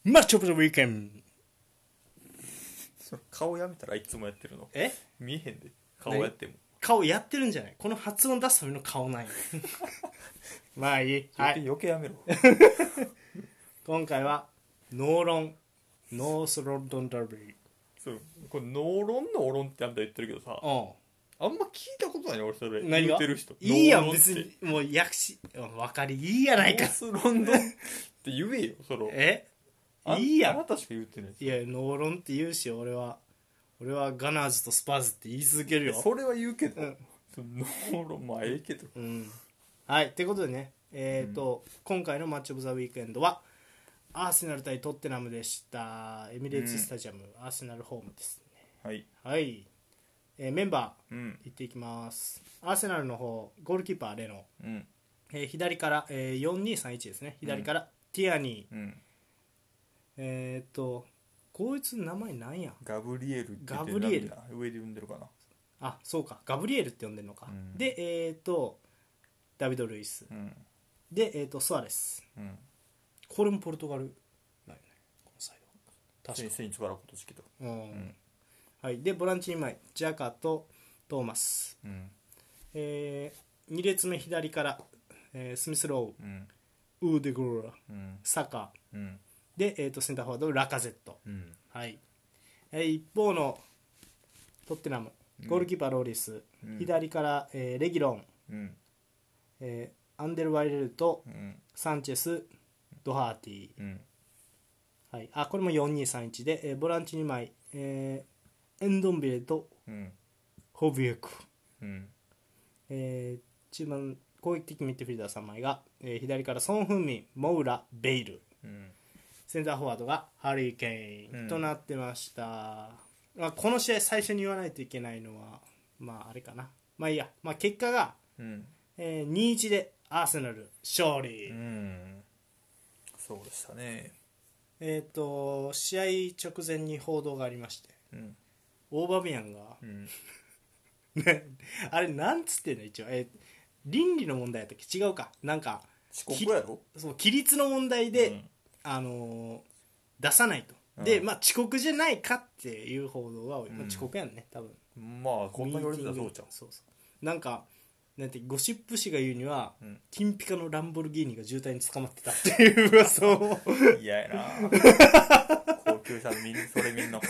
マッチョ・オブ・ザ・ウィーケンド。 それ顔やめたらいつもやってるのえ見えへんで顔やっても顔やってるんじゃない？この発音出すための顔なんやまあいい、はい、 余計やめろ今回はノーロンノースロンドンダービー。 そうこれノーロンのオロンってあんた言ってるけどさあんま聞いたことないね俺それ何が言ってる人いいやんノーロンって別にもう訳し分かりいいやないかノースロンドンって言えよそのいいやん。 あなたしか言ってないいやノーロンって言うし俺はガナーズとスパーズって言い続けるよ。 それは言うけど、 うんそのノーロンまあええけどはいということでね今回のマッチオブザウィークエンドはアーセナル対トッテナムでした。エミレーツスタジアム、アーセナルホームですね。はい、メンバーいっていきます。アーセナルの方ゴールキーパーレノ、左から、4231ですね。左からティアニー、こいつの名前なんや。 ガブリエルって言ってガブリエル上で呼んでるかな。 あそうかガブリエルって呼んでるのか、でダビド・ルイス、でスアレス、これもポルトガルなんよねこのサイド確かセインツバラコトチキと、 はい、でボランチ2枚ジャカとトーマス、2列目左から、スミスロー、ウーデグローラ、サカ、で、センターフォワードラカゼット、はい、一方のトッテナムゴールキーパーローリス、左から、レギロン、アンデルワイレルと、サンチェスドハーティ、はい、これも4231で、ボランチ2枚、エンドンビレと、ホビエク、中盤攻撃的ミッドフィルダー3枚が、左からソン・フンミン、モウラ、ベイル、センターフォワードがハリー・ケインとなってました。この試合最初に言わないといけないのはまああれかな、まあいいや、結果が、2-1でアーセナル勝利、 そうでしたね。 試合直前に報道がありまして、オーバミヤンが、あれなんつってんの一応、倫理の問題やったっけ違うかなんか遅刻やろそう規律の問題で、出さないと、で遅刻じゃないかっていう報道が多い、遅刻やんね多分。 まあこんな言われてたらそうちゃう。 そうなんかなんてゴシップ誌が言うには、金ピカのランボルギーニが渋滞に捕まってたっていう噂を嫌やな高級車でそれみんな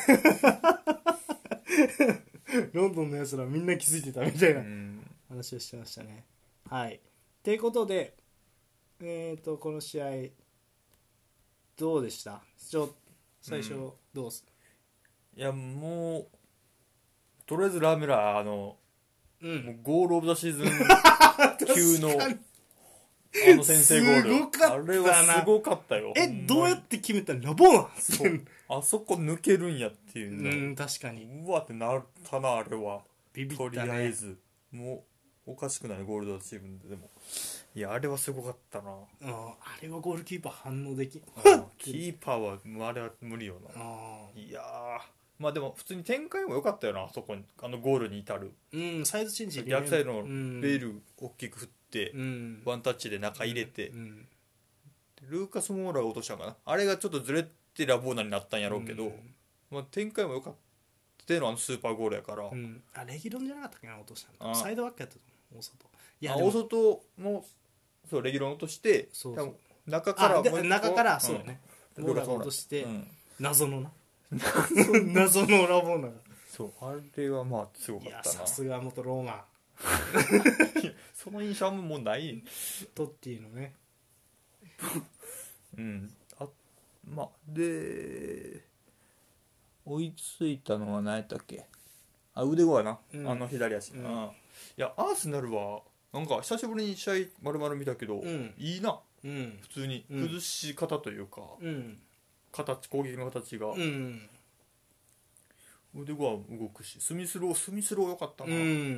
ロンドンのやつらみんな気づいてたみたいな話をしてましたね。はいということでこの試合どうでした？最初どうす、 いやもうとりあえずラーメラもうゴールオブザシーズン級の先制ゴールすごかったな。 あれはすごかったよ。 どうやって決めたラボーナそうあそこ抜けるんやっていうの確かにうわってなったなあれは。 ビビったね。 とりあえずもうおかしくないゴールドチームでもいやあれはすごかったな。 あれはゴールキーパー反応できキーパーはあれは無理よな。いやまあでも普通に展開も良かったよなあそこにゴールに至る、 サイドチェンジ逆サイドのベール大きく振って、ワンタッチで中入れて、ルーカス・モーラが落としたんかなあれがちょっとずれてラボーナになったんやろうけど、展開も良かったのスーパーゴールやから、 レギロンじゃなかったっけな落としたのサイドバックやったと思う大外のそうレギュラー落としてそう中からそうねモーラが落として、謎の謎のラボーナがそうあれはまあすごかったな。 いやさすが元ローマンその印象ももうないトッティのねまあで追いついたのは何やったっけ腕後やな、左足、いやアーセナルはなんか久しぶりに試合丸々見たけど、いいな、普通に崩し方というか、攻撃の形が、腕後は動くしスミスロー良かったな、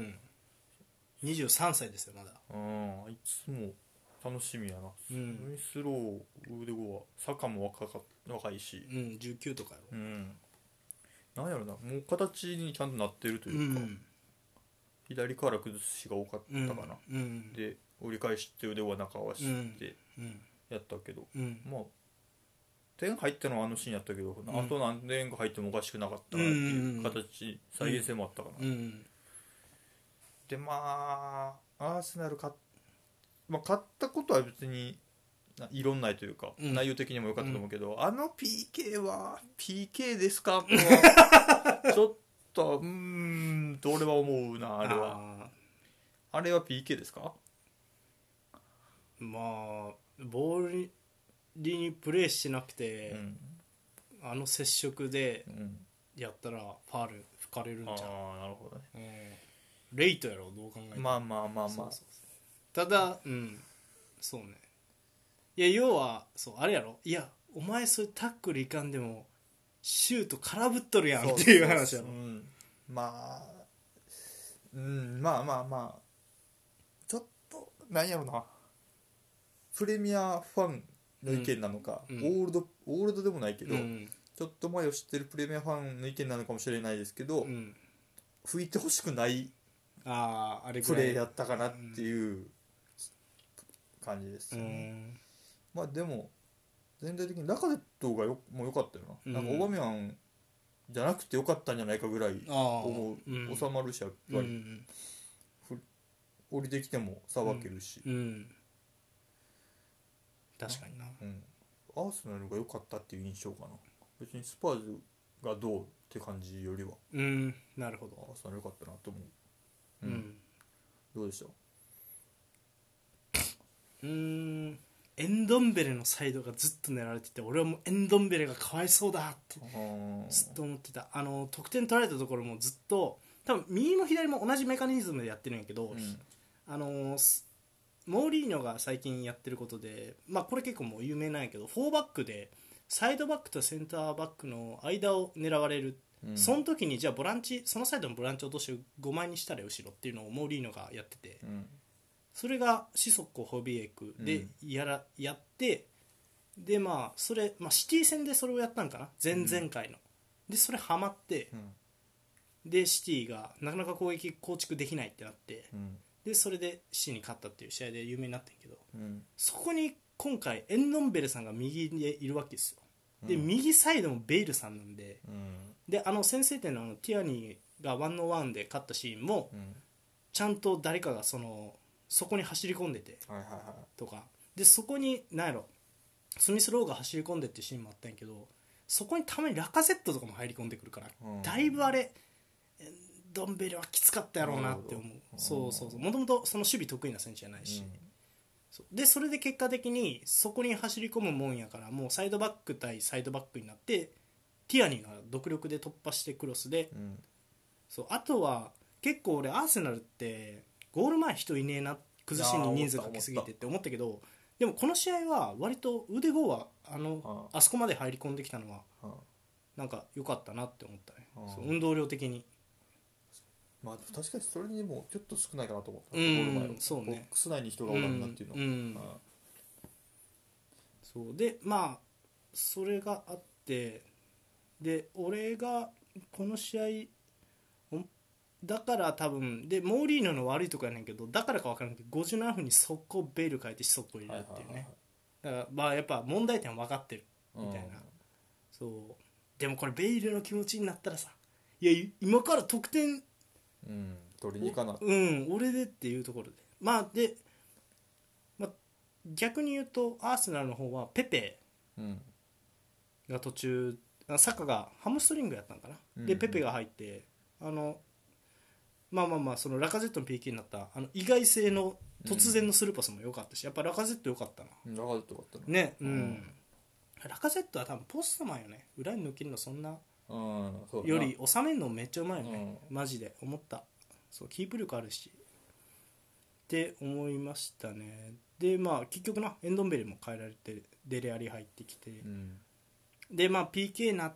23歳ですよまだ。 いつも楽しみやな、スミスロー腕後はサカも若いし、 19とかやろ、 なんやろなもう形にちゃんとなってるというか、左から崩しが多かったかな、で折り返して腕は中合わせてやったけど、まあ点入ったのはあのシーンやったけど、あと何点か入ってもおかしくなかったなっていう形、再現性もあったかな、でまあアーセナル勝ったことは別に異論ないというか、内容的にも良かったと思うけど、あの PK は PK ですかとはちょっと俺は思うな。あれは PK ですか。 まあボールにプレーしてなくて、あの接触でやったらファール吹かれるんじゃん。 なるほどね、 レイトやろどう考えても。 まあそうただそうね。いや要はそうあれやろ、いやお前それタックルいかんでもシュート空振っとるやんっていう話やろ。 まあちょっとなんやろな、プレミアファンの意見なのか、オールドでもないけど、ちょっと前を知ってるプレミアファンの意見なのかもしれないですけど、吹いてほしくないあれプレーやったかなっていう感じですよね。まあでも全体的にラカゼットがもう良かったよな、なんかオバメヤンじゃなくて良かったんじゃないかぐらい思う、収まるしやっぱり、降りてきてもさばけるし、 確かにな、 アーセナルが良かったっていう印象かな。別にスパーズがどうって感じよりは、 なるほど、 アーセナル良かったなと思う。どうでした？ エンドンベレのサイドがずっと狙われてて、俺はもうエンドンベレがかわいそうだってずっと思ってた。得点取られたところもずっと多分右も左も同じメカニズムでやってるんやけど、モーリーニョが最近やってることで、まあこれ結構もう有名なんやけど、4バックでサイドバックとセンターバックの間を狙われる、その時にじゃあボランチ、そのサイドのボランチを落として5枚にしたら後ろっていうのをモーリーニョがやってて、それがシソッコ・ホビエクでやって、でまあそれ、シティ戦でそれをやったんかな、前々回の、でそれハマって、でシティがなかなか攻撃構築できないってなって、でそれでシティに勝ったっていう試合で有名になったんやけど、そこに今回エンドンベレさんが右でいるわけですよ。で右サイドもベイルさんなんで、で先制点のティアニーが1-1で勝ったシーンも、ちゃんと誰かがそこに走り込んでてとかで、そこに何やろスミスローが走り込んでってシーンもあったんやけど、そこにたまにラカゼットとかも入り込んでくるから、だいぶあれドンベレはきつかったやろうなって思う。そうもともとその守備得意な選手じゃないし、でそれで結果的にそこに走り込むもんやから、もうサイドバック対サイドバックになってティアニーが独力で突破してクロスで、そうあとは結構俺アーセナルってゴール前人いねえな、崩しに人数かけすぎてって思ったけど、でもこの試合は割とウデゴーはあそこまで入り込んできたのはなんか良かったなって思ったね。そう運動量的に、 まあ確かにそれにもちょっと少ないかなと思った、ゴール前はそうね、 ボックス内に人がおらんなっていうのは、 そうでまあそれがあって、で俺がこの試合だから多分でモーリーノの悪いとこやねんけど、だからか分からんけど57分に速攻ベイル変えて速攻入れるっていうね、だからまあやっぱ問題点は分かってるみたいな、そうでもこれベイルの気持ちになったらさ、いや今から得点取りに行かな、 俺でっていうところで、まあで、逆に言うとアーセナルの方はペペが途中、サカがハムストリングやったんかな、でペペが入ってそのラカゼットの PK になった意外性の突然のスルーパスも良かったし、やっぱラカゼット良かったな。 ラカゼット良かったね、ラカゼットは多分ポストマンよね、裏に抜けるのそんなより収めるのめっちゃうまいよね、マジで思った。そうキープ力あるしって思いましたね。で結局エンドンベレも変えられてデレアリ入ってきて、でPK になって、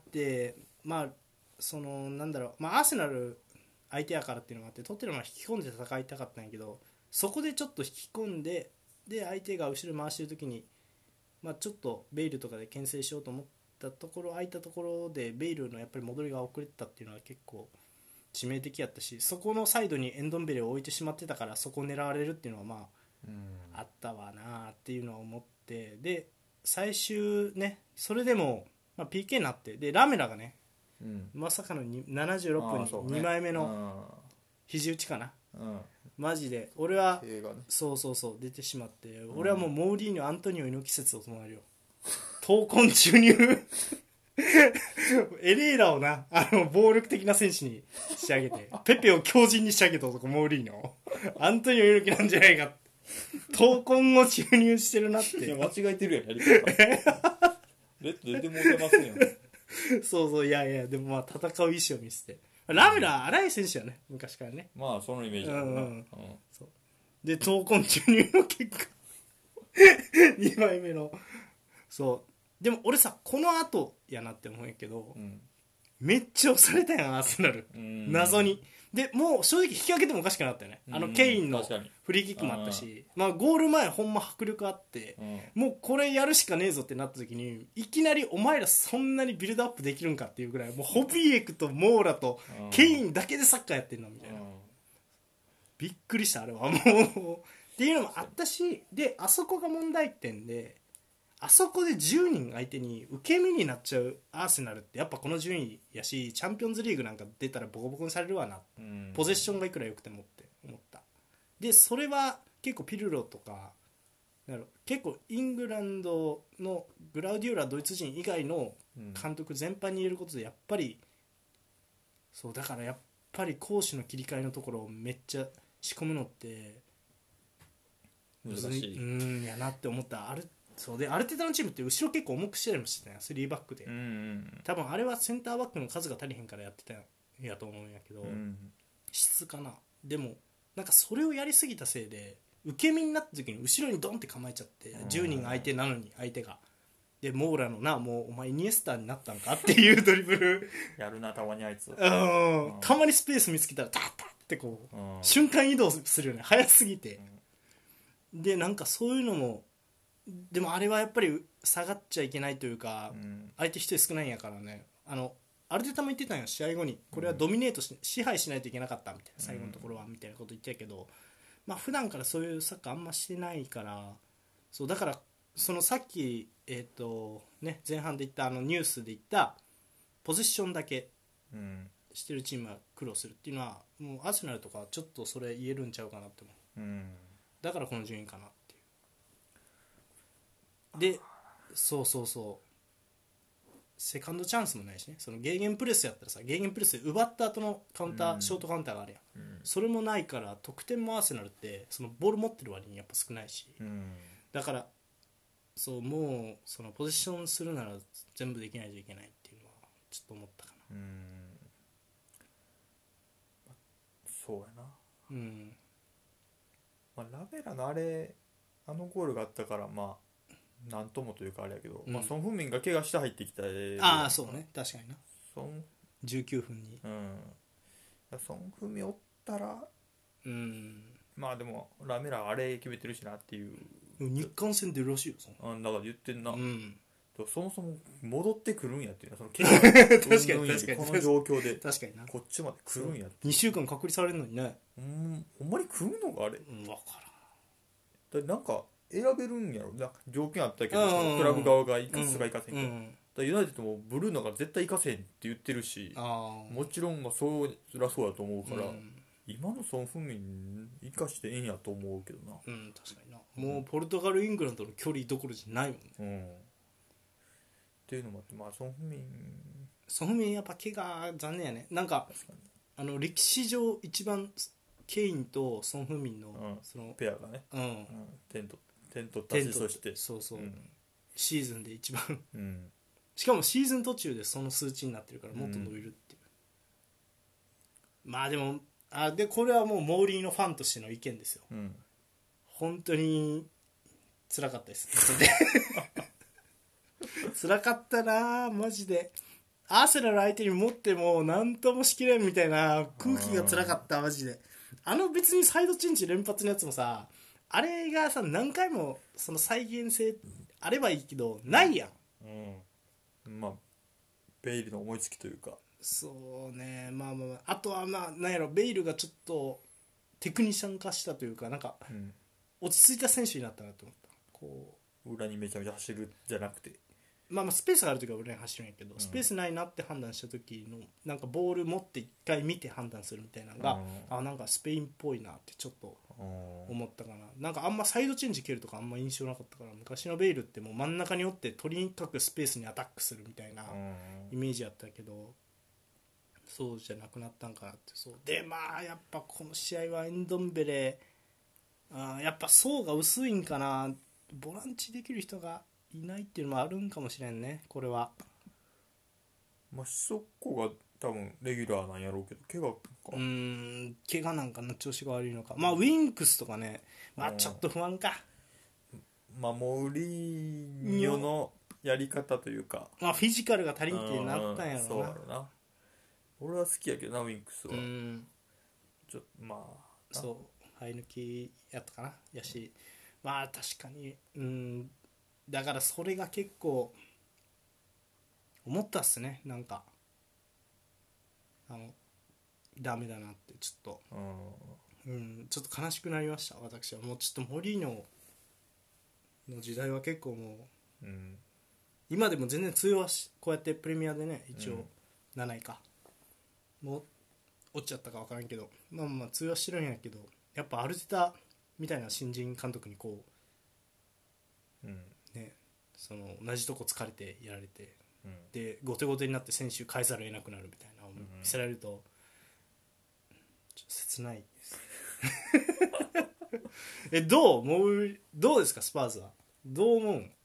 そのなんだろう、アーセナル相手やからっていうのがあってトッテナムは引き込んで戦いたかったんやけど、そこでちょっと引き込んで、で相手が後ろ回してる時に、ちょっとベイルとかで牽制しようと思ったところ、空いたところでベイルのやっぱり戻りが遅れてたっていうのは結構致命的やったし、そこのサイドにエンドンベレを置いてしまってたから、そこを狙われるっていうのはあったわなっていうのは思って、で最終ねそれでも、まあ、PK になってでラメラがね、 うん、 まさかの76分に2枚目の肘打ちかな、マジで俺は、ね、そう出てしまって、俺はもうモーリーニョアントニオ猪木説を唱えるよ。闘魂注入エレーラをな暴力的な選手に仕上げてペペを強靭に仕上げた男モーリーニョアントニオ猪木なんじゃないかって。闘魂を注入してるなって。 いや間違えてるやんやり方レッド出てもうてませんよいやでもまあ戦う意志を見せてラメラ荒い選手やね昔からね。 まあそのイメージあるな、 そうで闘魂注入の結果2枚目のそうでも俺さこの後やなって思うんやけど、めっちゃ押されたやんアーセナル、謎に。でもう正直引き分けてもおかしくなかったよね。ケインのフリーキックもあったし、まあ、ゴール前ほんま迫力あって、もうこれやるしかねえぞってなった時にいきなりお前らそんなにビルドアップできるんかっていうぐらいもうホビエクとモーラとケインだけでサッカーやってんのみたいな、びっくりしたあれはもうっていうのもあったし、であそこが問題点であそこで10人相手に受け身になっちゃうアーセナルってやっぱこの順位やしチャンピオンズリーグなんか出たらボコボコにされるわな、ポゼッションがいくら良くてもって思った。でそれは結構ピルロとか結構イングランドのグラウディオラドイツ人以外の監督全般に言えることでやっぱりそうだからやっぱり攻守の切り替えのところをめっちゃ仕込むのって難しいやなって思った。そうでアルテタのチームって後ろ結構重くしてたりもしてたよ3バックで、多分あれはセンターバックの数が足りへんからやってたんやと思うんやけど、質かな。でもなんかそれをやりすぎたせいで受け身になった時に後ろにドンって構えちゃって10人相手なのに相手がでモーラのなもうお前イニエスタになったんかっていうドリブルやるなたまにあいつたまにスペース見つけたらタッタッってこう瞬間移動するよね早すぎて、でなんかそういうのもでもあれはやっぱり下がっちゃいけないというか、相手一人少ないんやからね。アルテタも言ってたんよ試合後にこれはドミネート支配しないといけなかったみたいな最後のところはみたいなこと言ってたけど、まあ普段からそういうサッカーあんましてないからそうだからそのさっき前半で言ったニュースで言ったポゼッションだけしてるチームは苦労するっていうのはもうアーセナルとかちょっとそれ言えるんちゃうかなって思う、だからこの順位かなっていうでそうセカンドチャンスもないしね。そのゲーゲンプレスやったらさゲーゲンプレスで奪った後のカウンター、ショートカウンターがあるやん、それもないから得点もアーセナルってそのボール持ってる割にやっぱ少ないし、だからそうもうそのポジションするなら全部できないといけないっていうのはちょっと思ったかな。 そうやな。まあ、ラベラのあのゴールがあったからまあなんともというかあれやけど、まあ、ソン・フンミンが怪我して入ってきたああそうね確かにな19分にソン・フンミンおったらまあでもラメラあれ決めてるしなっていう日韓戦出るらしいよだから言ってんな、そもそも戻ってくるんやっていうその怪我確かにこの状況で確かになこっちまで来るんやって 2週間隔離されるのにねほんまに来るのがあれ分からんなんか選べるんやろな条件あったけどクラブ側が行かすが行かせんからユナイテッドもブルーノが絶対行かせんって言ってるしもちろんそりゃそうやと思うから、今のソン・フンミン生かしてええんやと思うけどな確かになもうポルトガルイングランドの距離どころじゃないもんね、 っていうのもあってまあソン・フンミンやっぱ怪我残念やね。なんか歴史上一番ケインとソン・フンミンの、そのペアがね、点とアシストしてそう、シーズンで一番しかもシーズン途中でその数値になってるからもっと伸びるっていう、まあでもでこれはもうモーリーのファンとしての意見ですよ、本当に辛かったです辛かったなマジで。アーセナル相手に持っても何ともしきれんみたいな空気が辛かったマジで。別にサイドチェンジ連発のやつもさあれがさ何回もその再現性あればいいけどないやん、 まあベイルの思いつきというかそうねまああとはまあなんやろベイルがちょっとテクニシャン化したというかなんか、落ち着いた選手になったなと思った。こ裏にめちゃめちゃ走るじゃなくて、 まあ、スペースがある時は裏に走るんやけど、スペースないなって判断した時のなんかボール持って一回見て判断するみたいなのが、なんかスペインっぽいなってちょっと思ったかな。なんかあんまサイドチェンジ蹴るとかあんま印象なかったから、昔のベイルってもう真ん中におってとにかくスペースにアタックするみたいなイメージやったけど、そうじゃなくなったんかなって。そうで、まあやっぱこの試合はエンドンベレ、やっぱ層が薄いんかな、ボランチできる人がいないっていうのもあるんかもしれんね、これは。 まあシソッコが多分レギュラーなんやろうけど、怪我か。 怪我なんかな、調子が悪いのか。まあウィンクスとかね、まあちょっと不安か。 まあモーリーニョのやり方というか、 まあフィジカルが足りんってなったんやろうな。 そうやろな。俺は好きやけどな、ウィンクスは。まあそう生え抜きやったかなやし、まあ確かにだからそれが結構思ったっすね。なんかダメだなってちょっとちょっと悲しくなりました。私はもうちょっとモリーニョの時代は結構もう、今でも全然通用はこうやってプレミアでね一応7位か、もう落ちちゃったか分からんけど、まあ通用してるんやけど、やっぱアルテタみたいな新人監督にこう、ね、その同じとこ疲れてやられて、で後手後手になって選手変えざるを得なくなるみたいなのを見せられると、ちょっと切ないですどうですかスパーズは。どう思うん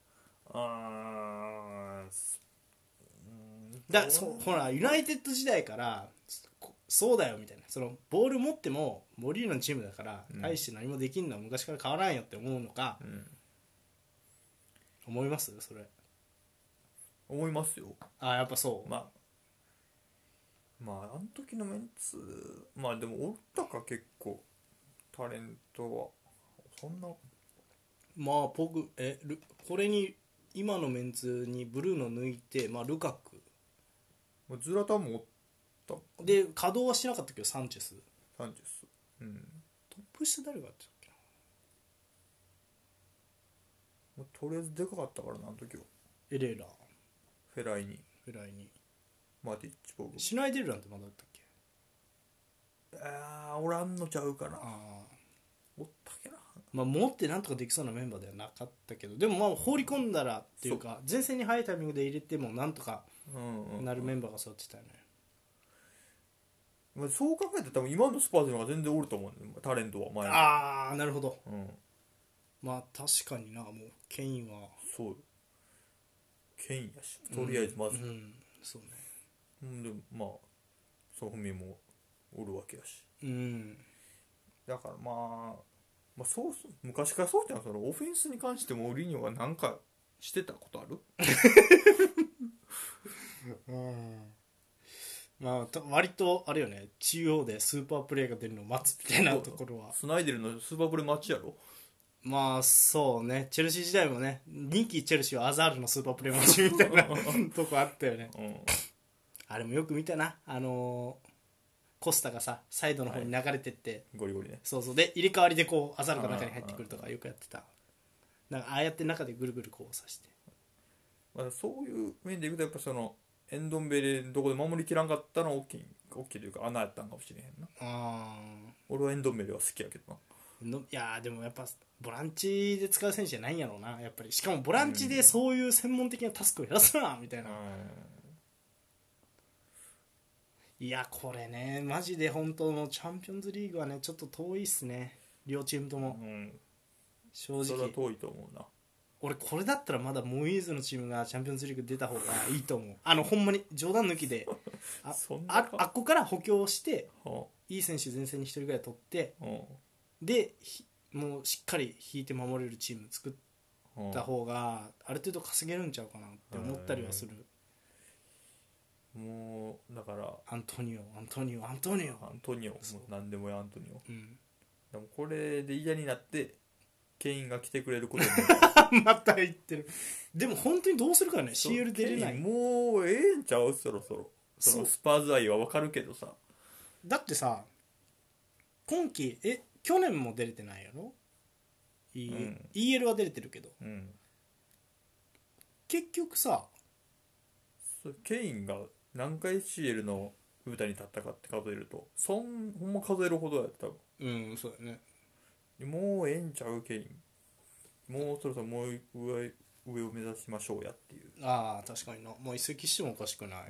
ほらユナイテッド時代からそうだよみたいな、そのボール持ってもモリーノのチームだから大して何もできんのは昔から変わらんよって思うのか、思いますそれ。 思いますよ。 やっぱそう。 まああの時のメンツ、まあでもおったか結構タレントはそんな。 まあこれに今のメンツにブルーノ抜いて、ルカクズラタンもおったで稼働はしなかったけどサンチェス、 トップ下誰がやってたっけな。とりあえずでかかったからなあの時は。 エレーラ、 フェライニ、マティッチ、ボグ、 シュナイデルランってまだだったっけ。 おらんのちゃうかな。おったっけな。 持ってなんとかできそうなメンバーではなかったけど、でも放り込んだらっていうか前線に早いタイミングで入れてもなんとかなるメンバーが揃ってたよね。 そう考えたら多分今のスパーズの方が全然おると思うね、タレントは前に。 なるほど、確かにな。もうケインはそうケインやし、とりあえずまず、 そうね。でソフミもおるわけやし、だからそう昔からそうじゃん。そのオフェンスに関してもモリーニョが何かしてたことある割とあれよね、中央でスーパープレーが出るのを待つみたいなところは。 スナイデルのスーパープレー待ちやろ。 そうね、チェルシー時代もね、人気チェルシーはアザールのスーパープレー待ちみたいなとこあったよね、あれもよく見たな。コスタがさサイドの方に流れてって、 ゴリゴリね。 そうで入れ替わりでこうアザールが中に入ってくるとかよくやってた。なんかああやって中でぐるぐるこうさして、 そういう面でいくとやっぱそのエンドンベレのとこで守りきらんかったのは大きいというか穴やったんかもしれへんな。俺はエンドンベレは好きやけどな。 いやでもやっぱボランチで使う選手じゃないんやろうなやっぱり。しかもボランチでそういう専門的なタスクをやらすなみたいな、いやこれねマジで本当のチャンピオンズリーグはねちょっと遠いっすね、両チームとも、正直それは遠いと思うな。 俺これだったらまだモイーズのチームがチャンピオンズリーグ出た方がいいと思う。ほんまに冗談抜きであっこから補強していい選手前線に1人ぐらい取ってでもうしっかり引いて守れるチーム作った方がある程度稼げるんちゃうかなって思ったりはする。 もうだからアントニオもう何でもやアントニオ、でもこれで嫌になってケインが来てくれることにまた言ってる。でも本当にどうするかね CL 出れない。 もうええんちゃうそろそろ。そのスパーズ愛は分かるけどさ。 だってさ今季去年も出れてないやろ、EL は出れてるけど、 結局さ、 ケインが何回 CL の舞台に立ったかって数えるとほんま数えるほどやった多うんそうだよね。 分。もうええんちゃうケイン、もうそろそろもう上を目指しましょうやっていう。 ああ確かにな、もう移籍してもおかしくない、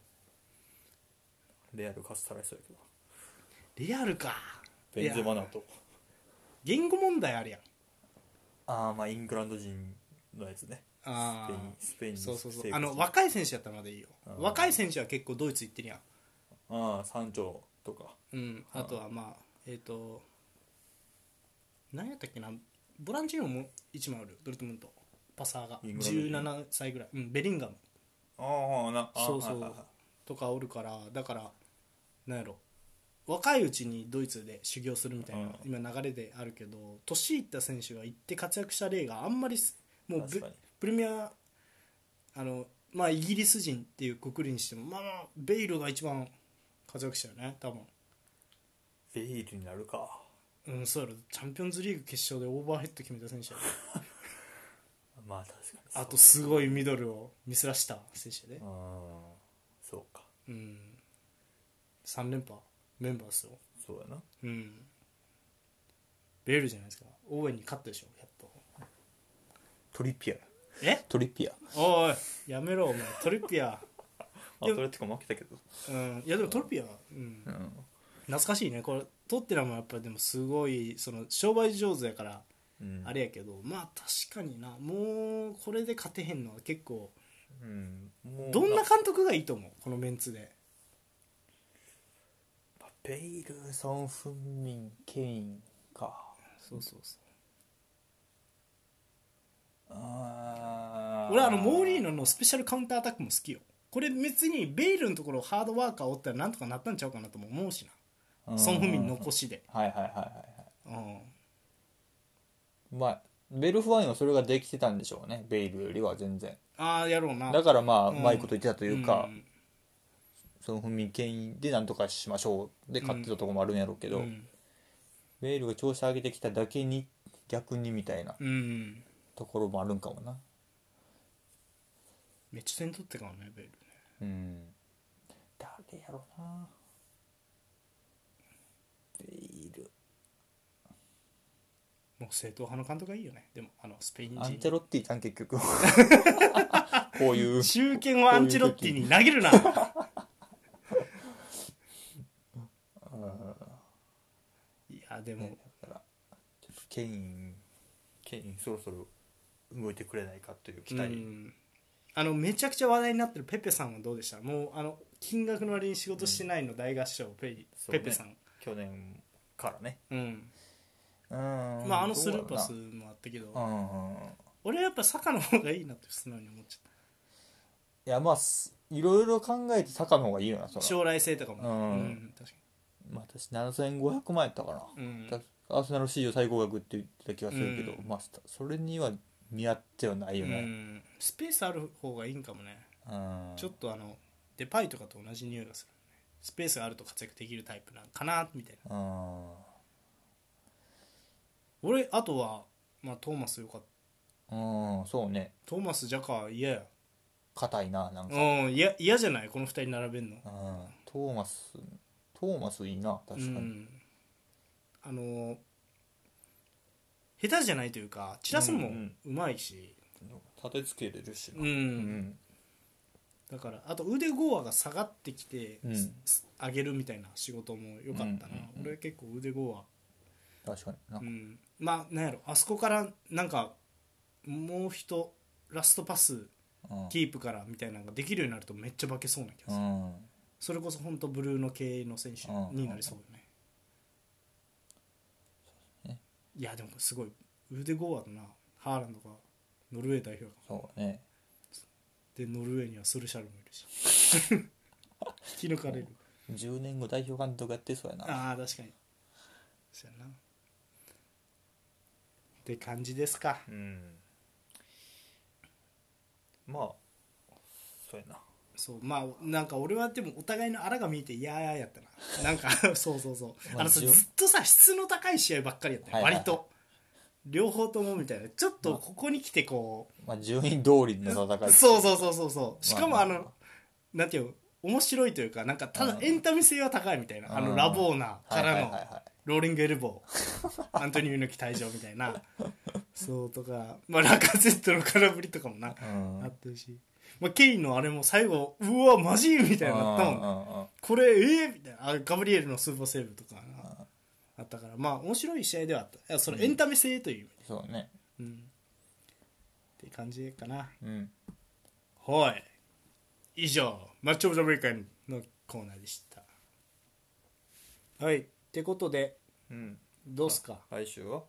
レアル勝つたらそうやけど、 リアルか。 ベンゼマナと、 言語問題あるやん。 まあイングランド人のやつね。 あスペインにそうそうそう、 征服して若い選手やったらまだいいよ。若い選手は結構ドイツ行ってるやん。 サンチョとか、 あとはまあ何やったっけな、ボランチにも1枚あるドルトムントパサーが17歳ぐらい、ベリンガムそうそう、とかおるから、だからなんやろ、若いうちにドイツで修行するみたいな今流れであるけど、年いった選手が行って活躍した例があんまりもうプレミアまあイギリス人っていうくくりにしてもまあベイルが一番活躍したよね多分。 ベイルになるか。 そうやろ、チャンピオンズリーグ決勝でオーバーヘッド決めた選手やねまあ確かに。 あとすごいミドルを見せらした選手で、 そうか。 3連覇メンバーですよ。 そうやな。 ベイルじゃないですか。オーウェンに勝ったでしょやっと。 トリッピア。 トリッピア、おいやめろお前、トリッピアそれってか負けたけど、 いやでもトリッピア懐かしいね。これトッテナムはやっぱりでもすごいその商売上手やからあれやけど、まあ確かにな、もうこれで勝てへんのは結構、 もうどんな監督がいいと思うこのメンツで。 ベイル、ソン・フンミン、ケインか。 そうそうそう。俺モーリーノのスペシャルカウンターアタックも好きよ。これ別にベイルのところハードワーカーおったらなんとかなったんちゃうかなとも思うしな、ソン・フンミン残しで。 まあベルフワインはそれができてたんでしょうね、ベイルよりは全然。 やろうな。 だからまあうまいこと言ってたというか、ソン・フンミン、ケインでなんとかしましょうで勝ってたところもあるんやろうけど、ベイルが調子上げてきただけに逆にみたいなところもあるんかもな。 めっちゃ点取ってからねベイルね。 誰やろな、ベイル。 もう正統派の監督がいいよね。でもスペイン人アンチェロッティじゃん結局こういう中堅をアンチェロッティに投げるないやでも、 だからちょっとケインそろそろ動いてくれないかという期待。 めちゃくちゃ話題になってるペペさんはどうでした？もう金額の割に仕事してないの大合唱、ペペさん去年からね。 まあスルーパスもあったけど、俺はやっぱサカの方がいいなって素直に思っちゃった。 いやまあいろいろ考えてサカの方がいいよな、そら将来性とかも、 確かに。まあ私7500万やったかな、アーセナル史上最高額って言ってた気がするけど、まあそれには見合ってはないよね。 スペースある方がいいんかもね。ちょっとデパイとかと同じ匂いがする、ね、スペースがあると活躍できるタイプなんかなみたいな。俺あとは、まあ、トーマスよかった。 そうね。 トーマスジャカー嫌や。 硬いな、なんか。 嫌じゃないこの2人並べんの。 トーマスいいな、確かに。 下手じゃないというか散らすのもうまいし、 立てつけれるしな。 だからあと腕ゴアが下がってきて、上げるみたいな仕事も良かったな。俺結構腕ゴア確かにな。 まあなんやろ、あそこからなんかもう一ラストパスキープからみたいなのができるようになるとめっちゃ化けそうな気がする。それこそ本当ブルーノ系の選手になりそうよね。いやでもすごい腕ゴアだな。ハーランドがノルウェー代表だ。 そうね。でノルウェーにはソルシャルもいるし引き抜かれる。 10年後代表監督やってそうやな。 確かにそうやなって感じですか。 まあそうやな。 そうまあなんか俺はでもお互いのあらが見えて嫌やったな。なんかそうずっとさ質の高い試合ばっかりやったよ、割と両方ともみたいな、ちょっとここに来てこう、 まあ、順位通りの戦い。 そうそうそうそうそう、しかもまあなんていうの、面白いというか、なんかただエンタメ性は高いみたいな、ラボーナからのローリングエルボー、アントニオ猪木退場みたいなそうとか、まあ、ラカゼットの空振りとかもな、あったし、まあ、ケインのあれも最後、うわマジみたいになったもんね、これみたいな、ガブリエルのスーパーセーブとかあったから、まあ面白い試合ではあった。いや、そのエンタメ性という意味で、 そうね。 って感じかな。はい、以上マッチオブザウィークエンドのコーナーでした。はい、ってことで、どうすか来週は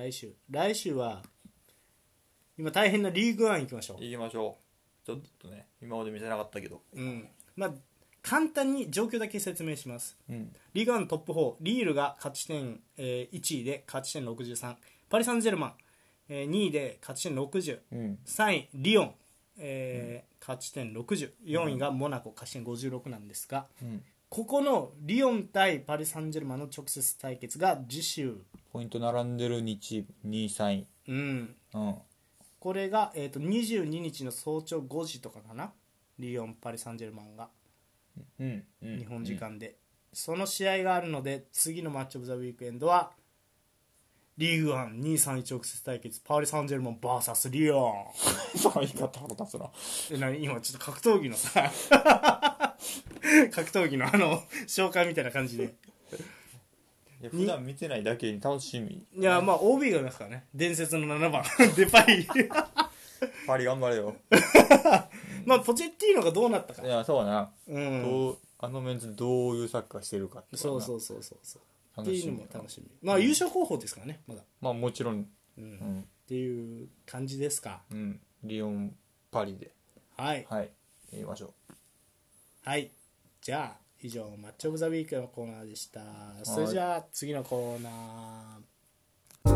今大変なリーグワン行きましょう。 ちょっとね、今まで見せなかったけど、 まあ簡単に状況だけ説明します。リーグワントップ4、リールが勝ち点、1位で勝ち点63、パリ・サンジェルマン、2位で勝ち点60、3位リオン、勝ち点60、4位がモナコ勝ち点56なんですが、ここのリオン対パリ・サンジェルマンの直接対決が次週、 ポイント並んでる2チーム、2位3位、 これが、22日の早朝5時とかかな、リオンパリ・サンジェルマンが、日本時間で、その試合があるので、次のマッチオブザウィークエンドはリーグワン2位3位直接対決、パリ・サンジェルマン VS リオン言い方腹立つな。 今ちょっと格闘技のさ格闘技の紹介みたいな感じで、 いや普段見てないだけに楽しみ。 いや、まあ OB がいますからね、伝説の7番デパイパリ頑張れよ。 まあポチェッティーノがどうなったか、 いやそうだな、あのメンツどういうサッカーしてるかってそうっていうのも楽しみ。まあ優勝候補ですからね、まだ。 まあもちろん、 っていう感じですか。 リオンパリで、 はい言いましょう。 はい、じゃあ以上マッチオブザウィークのコーナーでした。それじゃあ次のコーナー、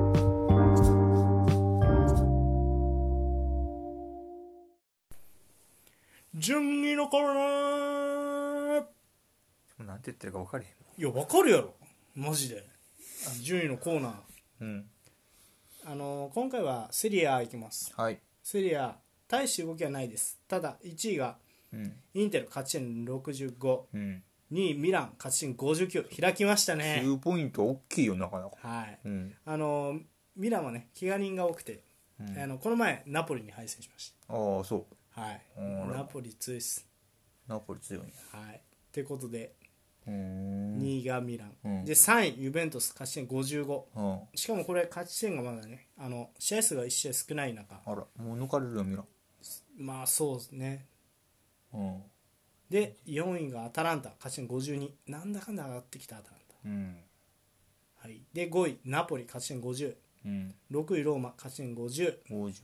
順位のコーナー。 なんて言ってるか分かれへん。 いや分かるやろマジで。順位のコーナー、今回はセリア行きます。セリア大して動きはないです。ただ1位がインテル勝ち点65、2位ミラン勝ち点59、開きましたね。 9ポイント大きいよなかなか。 ミランはね怪我人が多くて、この前ナポリに敗戦しました。 ああそう。 ナポリ強いです。 ナポリ強いね。 ってことで2位がミラン、で3位ユベントス勝ち点55、しかもこれ勝ち点がまだね試合数が1試合少ない中、 あらもう抜かれるよミラン。 まあそうですね。で4位がアタランタ勝ち点52、なんだかんだ上がってきたアタランタ、で5位ナポリ勝ち点50、6位ローマ勝ち点50、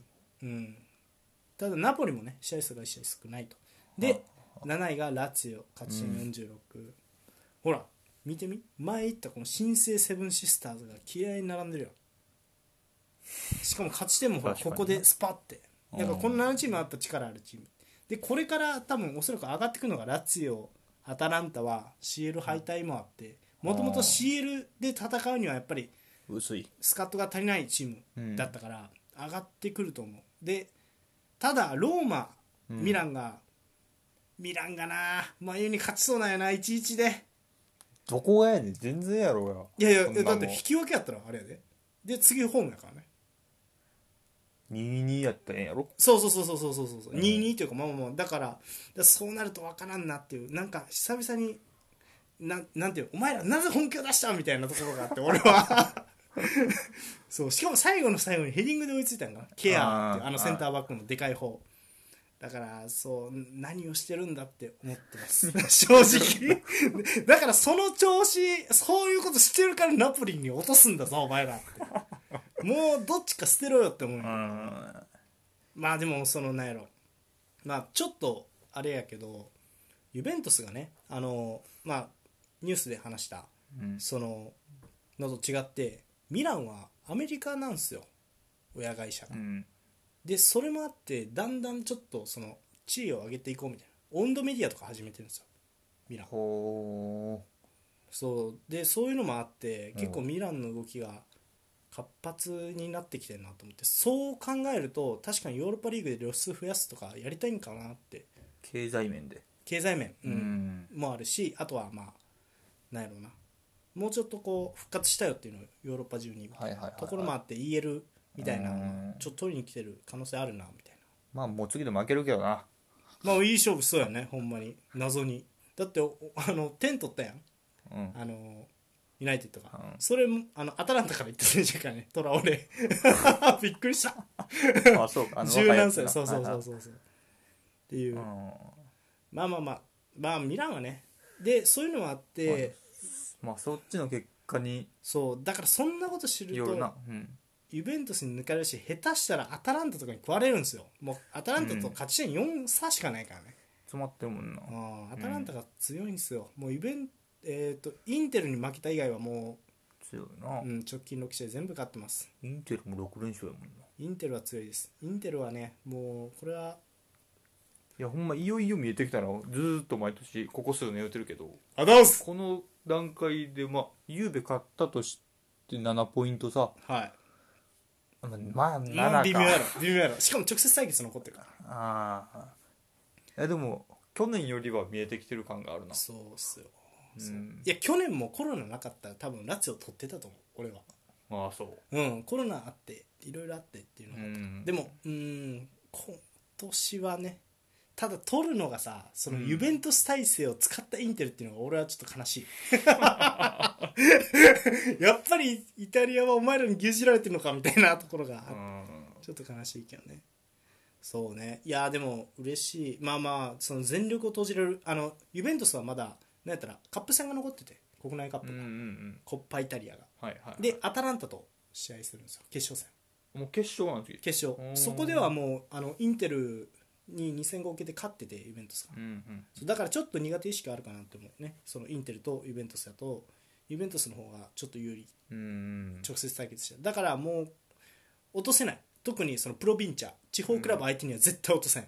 ただナポリもね試合数が1試合少ないと。で7位がラツィオ勝ち点46、ほら見てみ、前言ったこの新生セブンシスターズがきれいに並んでるよ。しかも勝ち点もほらここでスパッて、だからこの7チームあった力あるチームで、これから多分おそらく上がってくるのがラツィオ、アタランタは CL 敗退もあって、もともと CL で戦うにはやっぱり薄いスカットが足りないチームだったから上がってくると思う。でただローマ、ミランがな真由に勝ちそうなんやな、1-1で。 どこがやねん、全然やろうよ。 いやだって引き分けやったらあれやで次ホームやからね。 2-2やったらええんやろ。 そう2-2というかまあだからそうなると分からんなっていう、なんか久々になんていう、お前らなぜ本気を出したみたいなところがあって俺はそう、しかも最後の最後にヘディングで追いついたんかな、ケアっていうセンターバックのでかい方だから、そう何をしてるんだって思ってます正直だからその調子、そういうことしてるからナポリに落とすんだぞお前らってもうどっちか捨てろよって思うよ。まあでもなんやろ、まあちょっとあれやけど、ユベントスがねまあニュースで話した、そののと違ってミランはアメリカなんですよ、親会社が、でそれもあってだんだんちょっとその地位を上げていこうみたいな、温度メディアとか始めてるんですよミラン。そうでそういうのもあって結構ミランの動きが活発になってきてるなと思って、そう考えると確かにヨーロッパリーグで露出増やすとかやりたいんかなって。 経済面で経済面、もあるし、あとはまあなんやろうな、もうちょっとこう復活したよっていうのをヨーロッパ中にみたいなところもあって言えるみたいな、ちょっと取りに来てる可能性あるなみたいな。 まあもう次で負けるけどな。 まあいい勝負そうやねほんまに。謎にだって点取ったやん、ユナイテッドが、それアタランタから行ってるんじゃんかね、トラオレびっくりしたあ、そうか、 十何歳、そうっていう、まあミランはね、でそういうのもあって、 まあそっちの結果にそうだからそんなこと知るとユベントスに抜かれるし、下手したらアタランタとかに食われるんですよ。もうアタランタと勝ち点4差しかないからね、 詰まってるもんな。 アタランタが強いんですよ。もうインテルに負けた以外はもう強いな、 直近6試合全部勝ってます。 インテルも6連勝やもんな。 インテルは強いです。インテルはね、もうこれは、 いやほんまいよいよ見えてきたな。ずーっと毎年ここ数年言ってるけど、 あざーす。 この段階でゆうべ勝ったとして7ポイントさ、 はい、 まあ7か、 微妙やろしかも直接対決残ってるから。 ああ、いやでも去年よりは見えてきてる感があるな。 そうっすよ、いや去年もコロナなかったら多分ラツィオ取ってたと思う俺は。 ああそう、 コロナあっていろいろあってっていうのが、でも今年はね、ただ取るのがさ、そのユベントス体制を使ったインテルっていうのが俺はちょっと悲しいやっぱりイタリアはお前らに牛耳られてるのかみたいなところがちょっと悲しいけどね。そうね、いやでも嬉しい。まあその全力を投じれるユベントスはまだ何やったらカップ戦が残ってて、国内カップが、コッパイタリアが、でアタランタと試合するんですよ、決勝戦。 もう決勝なんですよ。 決勝、そこではもうインテルに2戦合計で勝っててユベントスが、だからちょっと苦手意識あるかなって思うね。そのインテルとユベントスだとユベントスの方がちょっと有利、直接対決して、だからもう落とせない。特にそのプロビンチャー地方クラブ相手には絶対落とせない、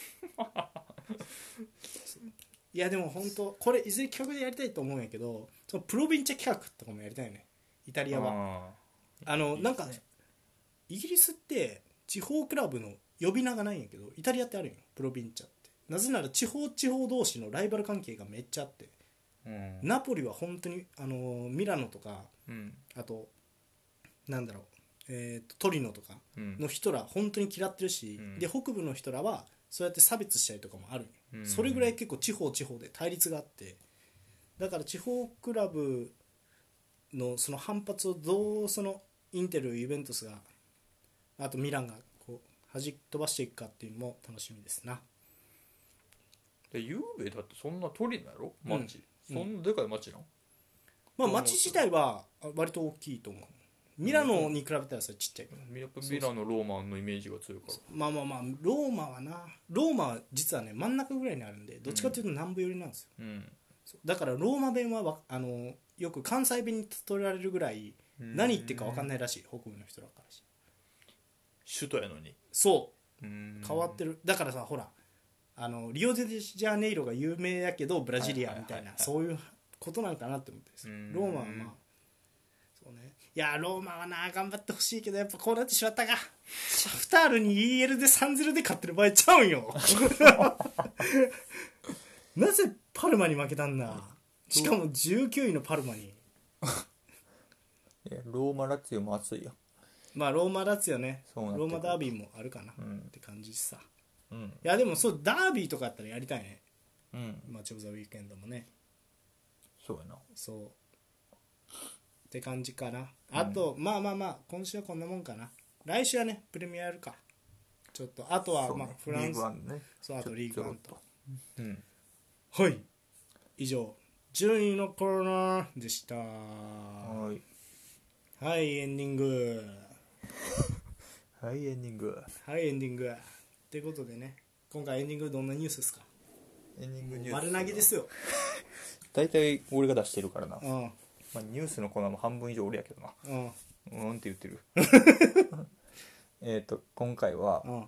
いやでも本当これいずれ企画でやりたいと思うんやけど、そのプロビンチャー企画とかもやりたいよね、イタリアは。なんかね、イギリスって地方クラブの呼び名がないんやけど、イタリアってあるんよプロビンチャーって。なぜなら地方同士のライバル関係がめっちゃあって、ナポリは本当にミラノとか、あとなんだろう、トリノとかの人ら本当に嫌ってるし、で北部の人らはそうやって差別したりとかもあるんよ、それぐらい結構地方で対立があって、だから地方クラブのその反発をどうそのインテル、ユベントスが、あとミランがこう弾き飛ばしていくかっていうのも楽しみですな。 でゆうべだってそんなトリノやろ街、そんなでかい街なの、 まあ街自体は割と大きいと思う。ミラノに比べたらそれちっちゃいから、 やっぱミラノローマのイメージが強いから。 まあローマは実はね真ん中ぐらいにあるんで、どっちかというと南部寄りなんですよ、だからローマ弁はよく関西弁に例えられるぐらい何言ってるか分かんないらしい、北部の人だからし。 首都やのにそう変わってる。だからさほらリオデジャネイロが有名やけどブラジリアみたいな、そういうことなんかなって思ってです。ローマはまあそうね、いやローマはな頑張ってほしいけど、やっぱこうなってしまったか。シャフタールに EL で 3-0 で勝ってる場合ちゃうんよなぜパルマに負けたんだ、しかも19位のパルマに。 いやローマラツィオも熱いよ。 まあローマラツィオね、ローマダービーもあるかな、って感じさ、いやでもそうダービーとかやったらやりたいね、マッチオブザウィークエンドもね。 そうやな、 そうって感じかな。あと、まあ今週はこんなもんかな。来週はねプレミアやるかちょっと。あとは、フランス、リーグワンね、そうあとリーグワンと、はい、以上順位のコーナーでした。はいエンディングはいエンディングってことでね、今回エンディングどんなニュースですか。 エンディングニュース丸投げですよ。 大体俺が出してるからな、まあ、ニュースのコーナーも半分以上俺やけどな、って言ってる今回は、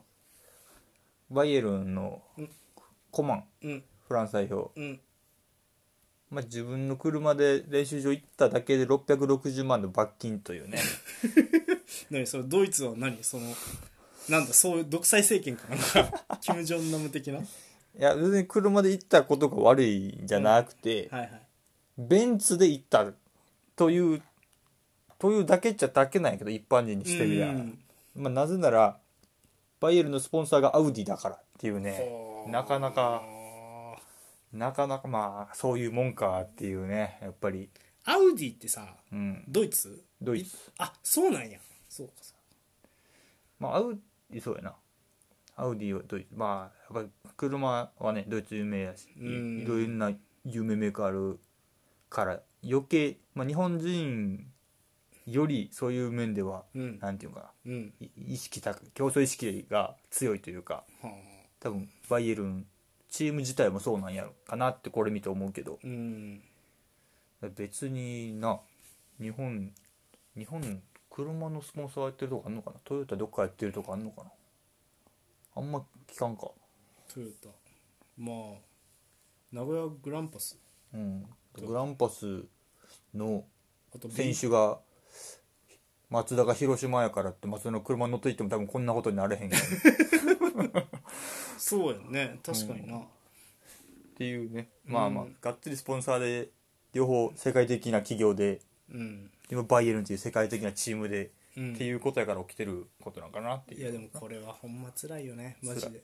バイエルンのコマン、フランス代表、 まあ、自分の車で練習場行っただけで660万の罰金というね何それドイツは何そのなんだそういう独裁政権かなんかキム・ジョンナム的な。 いや別に車で行ったことが悪いんじゃなくて、 はいはい。 ベンツで行ったというだけっちゃだけなんやけど一般人にしてみりゃ、まあ、なぜならバイエルンのスポンサーがアウディだからっていうね、なかなかまあそういうもんかっていうね、やっぱりアウディってさ、 うん、 ドイツあ、そうなんや。そうかそう。 まあそうやな、アウディはドイツ、まあやっぱり車はねドイツ有名やし、いろんな有名メーカーあるから余計、まあ、日本人よりそういう面では、なんていうかな、意識高い、競争意識が強いというか、多分バイエルンチーム自体もそうなんやろかなってこれ見て思うけど、別にな日本車のスポンサーやってるとこあんのかな、トヨタどっかやってるとこあんのかな、あんま聞かんか。 トヨタ、まあ名古屋グランパス、 グランパスの選手が松田が広島やからって松田の車に乗っていっても多分こんなことになれへんけどそうやね、確かにな、 っていうね、まあまあがっつりスポンサーで両方世界的な企業で、今バイエルンっていう世界的なチームで、っていうことやから起きてることなんかなっていう。 いやでもこれはほんま辛いよねマジで。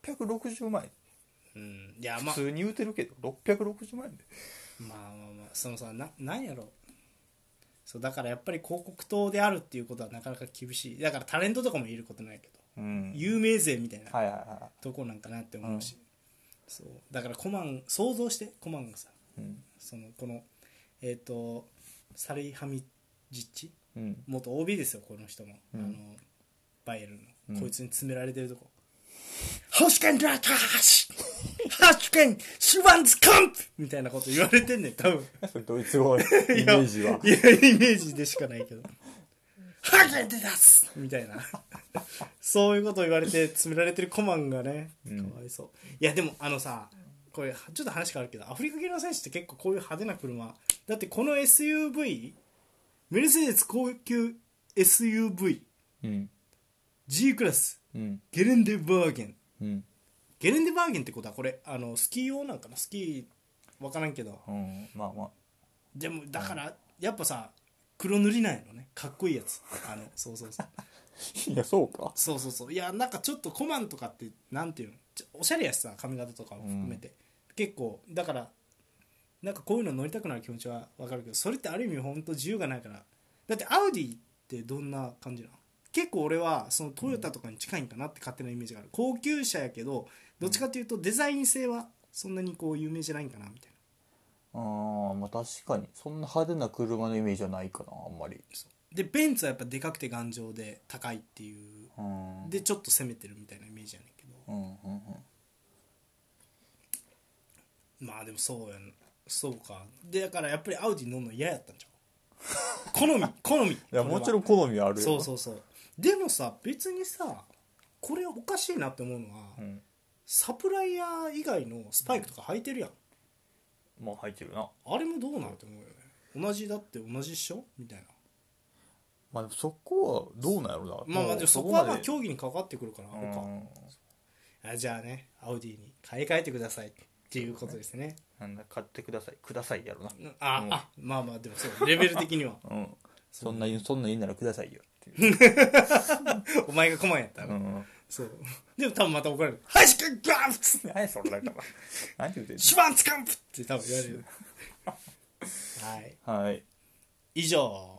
660万円、 いやまあ普通に言うてるけど660万円で、 まあそのさなんやろ、そうだからやっぱり広告塔であるっていうことはなかなか厳しい。だからタレントとかもいることないけど、有名税みたいなとこなんかなって思うし、そうだからコマン想像してコマンがさ、そのこのサリハミジッチ、元 OB ですよこの人も、バイエルンの、こいつに詰められてるとこ、ホシケンドラターシホシケンシュワンズカンプみたいなこと言われてんねん多分ドイツ語のイメージはいやイメージでしかないけどハゲンで出すみたいなそういうことを言われて詰められてるコマンがね、かわいそう。いやでもさこれちょっと話変わるけどアフリカ系の選手って結構こういう派手な車だって、この SUV メルセデス高級 SUV、G クラス、ゲレンデバーゲン、ゲレンデバーゲンってことはこれスキー用なんかな、スキー分からんけど、 まあまあでもだからやっぱさ黒塗りなんやろね、かっこいいやつそういやそうか、 そういやなんかちょっとコマンとかってなんていうのおしゃれやしさ、髪型とかも含めて、結構だからなんかこういうの乗りたくなる気持ちは分かるけど、それってある意味本当自由がないから。だってアウディってどんな感じなの？結構俺はそのトヨタとかに近いんかなって勝手なイメージがある。高級車やけどどっちかっていうとデザイン性はそんなにこう有名じゃないんかなみたいな。 まあ確かにそんな派手な車のイメージはないかな、あんまり。 でベンツはやっぱでかくて頑丈で高いっていう、でちょっと攻めてるみたいなイメージやねんけど、まあでもそうか。でだからやっぱりアウディ乗るの嫌やったんちゃう好みいやもちろん好みはあるよ。 そうでもさ別にさこれおかしいなって思うのは、サプライヤー以外のスパイクとか履いてるやん、 まあ履いてるな。 あれもどうなんて思うよね。同じっしょみたいな。 まあそこはどうなんやろな。 まあそこはまあ競技に関わってくるからじゃあねアウディに買い替えてくださいっていうことですね。 なんだ買ってくださいやろな。 まあでもそうレベル的には、 そんな言うならくださいよっていうお前がコマンやったら、そうでも多分また怒られる。ハイシカンガンプ何それだから何て言うてんの、 シュバンツカンプって多分言われるはい、 以上、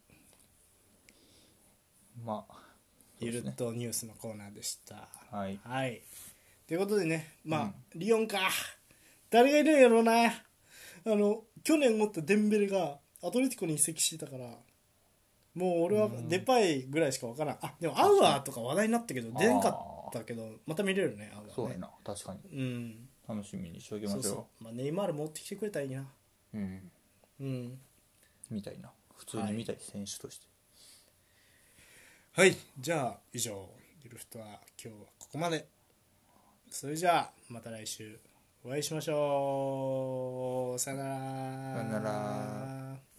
まあゆるっとニュースのコーナーでした。 はい、 ということでね、リヨンか誰がいるんやろうな。去年持ったデンベレがアトレティコに移籍してたから、もう俺はデパイぐらいしか分からん。でもアウアーとか話題になったけど出んかったけど、また見れるねアウアーね。 そうやな、確かに、楽しみにしておきましょう。ネイマール持ってきてくれたらいいな。 みたいな、普通に見たい、選手として。 はい、じゃあ以上ゆるふとは今日はここまで。それじゃあまた来週お会いしましょう。さよなら。 さよなら。